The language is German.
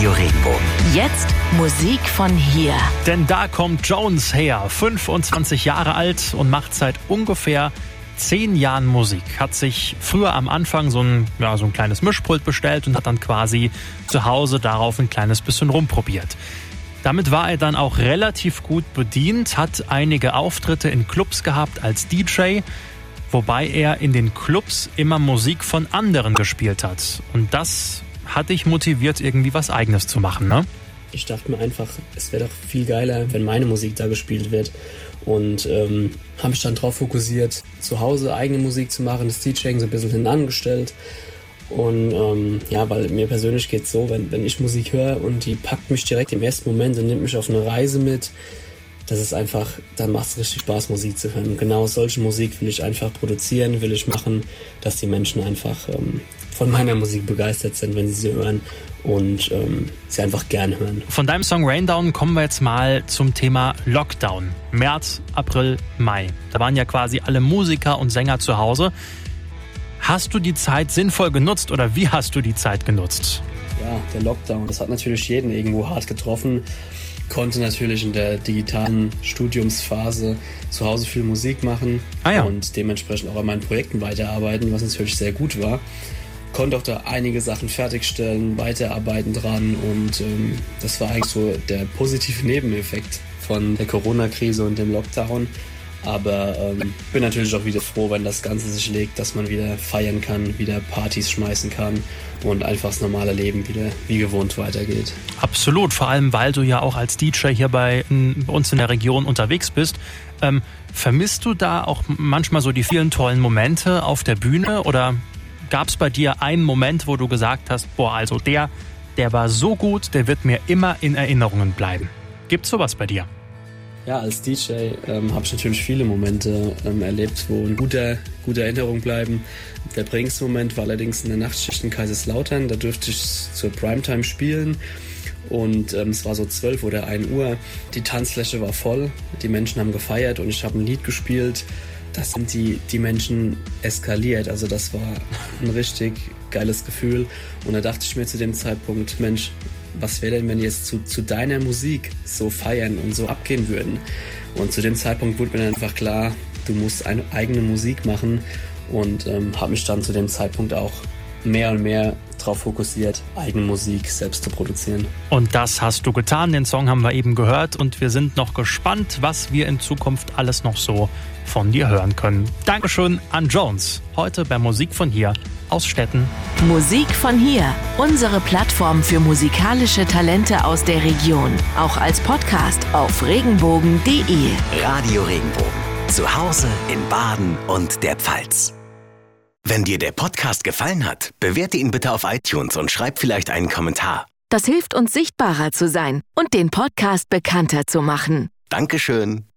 Radio Regenbogen. Jetzt Musik von hier. Denn da kommt Jones her, 25 Jahre alt und macht seit ungefähr 10 Jahren Musik. Hat sich früher am Anfang so ein kleines Mischpult bestellt und hat dann quasi zu Hause darauf ein kleines bisschen rumprobiert. Damit war er dann auch relativ gut bedient, hat einige Auftritte in Clubs gehabt als DJ, wobei er in den Clubs immer Musik von anderen gespielt hat. Und das hat dich motiviert, irgendwie was Eigenes zu machen, ne? Ich dachte mir einfach, es wäre doch viel geiler, wenn meine Musik da gespielt wird. Und habe mich dann darauf fokussiert, zu Hause eigene Musik zu machen, das DJing so ein bisschen hinten angestellt. Und weil mir persönlich geht es so, wenn ich Musik höre und die packt mich direkt im ersten Moment und nimmt mich auf eine Reise mit, das ist einfach, dann macht es richtig Spaß, Musik zu hören. Und genau solche Musik will ich einfach produzieren, will ich machen, dass die Menschen einfach von meiner Musik begeistert sind, wenn sie sie hören und sie einfach gern hören. Von deinem Song Raindown kommen wir jetzt mal zum Thema Lockdown. März, April, Mai. Da waren ja quasi alle Musiker und Sänger zu Hause. Hast du die Zeit sinnvoll genutzt oder wie hast du die Zeit genutzt? Ja, der Lockdown, das hat natürlich jeden irgendwo hart getroffen. Konnte natürlich in der digitalen Studiumsphase zu Hause viel Musik machen und dementsprechend auch an meinen Projekten weiterarbeiten, was natürlich sehr gut war. Konnte auch da einige Sachen fertigstellen, weiterarbeiten dran und das war eigentlich so der positive Nebeneffekt von der Corona-Krise und dem Lockdown. Aber bin natürlich auch wieder froh, wenn das Ganze sich legt, dass man wieder feiern kann, wieder Partys schmeißen kann und einfach das normale Leben wieder wie gewohnt weitergeht. Absolut, vor allem weil du ja auch als DJ hier bei uns in der Region unterwegs bist. Vermisst du da auch manchmal so die vielen tollen Momente auf der Bühne oder gab es bei dir einen Moment, wo du gesagt hast, der war so gut, der wird mir immer in Erinnerungen bleiben? Gibt's sowas bei dir? Ja, als DJ habe ich natürlich viele Momente erlebt, wo eine gute Erinnerung bleiben. Der prägendste Moment war allerdings in der Nachtschicht in Kaiserslautern. Da durfte ich zur Primetime spielen und es war so 12 oder 1 Uhr. Die Tanzfläche war voll, die Menschen haben gefeiert und ich habe ein Lied gespielt. Das sind die Menschen eskaliert. Also das war ein richtig geiles Gefühl. Und da dachte ich mir zu dem Zeitpunkt, Mensch, was wäre denn, wenn die jetzt zu deiner Musik so feiern und so abgehen würden? Und zu dem Zeitpunkt wurde mir dann einfach klar, du musst eine eigene Musik machen und habe mich dann zu dem Zeitpunkt auch mehr und mehr darauf fokussiert, eigene Musik selbst zu produzieren. Und das hast du getan, den Song haben wir eben gehört und wir sind noch gespannt, was wir in Zukunft alles noch so von dir hören können. Dankeschön an Jones, heute bei Musik von hier aus Stetten. Musik von hier, unsere Plattform für musikalische Talente aus der Region. Auch als Podcast auf regenbogen.de. Radio Regenbogen. Zu Hause in Baden und der Pfalz. Wenn dir der Podcast gefallen hat, bewerte ihn bitte auf iTunes und schreib vielleicht einen Kommentar. Das hilft uns, sichtbarer zu sein und den Podcast bekannter zu machen. Dankeschön.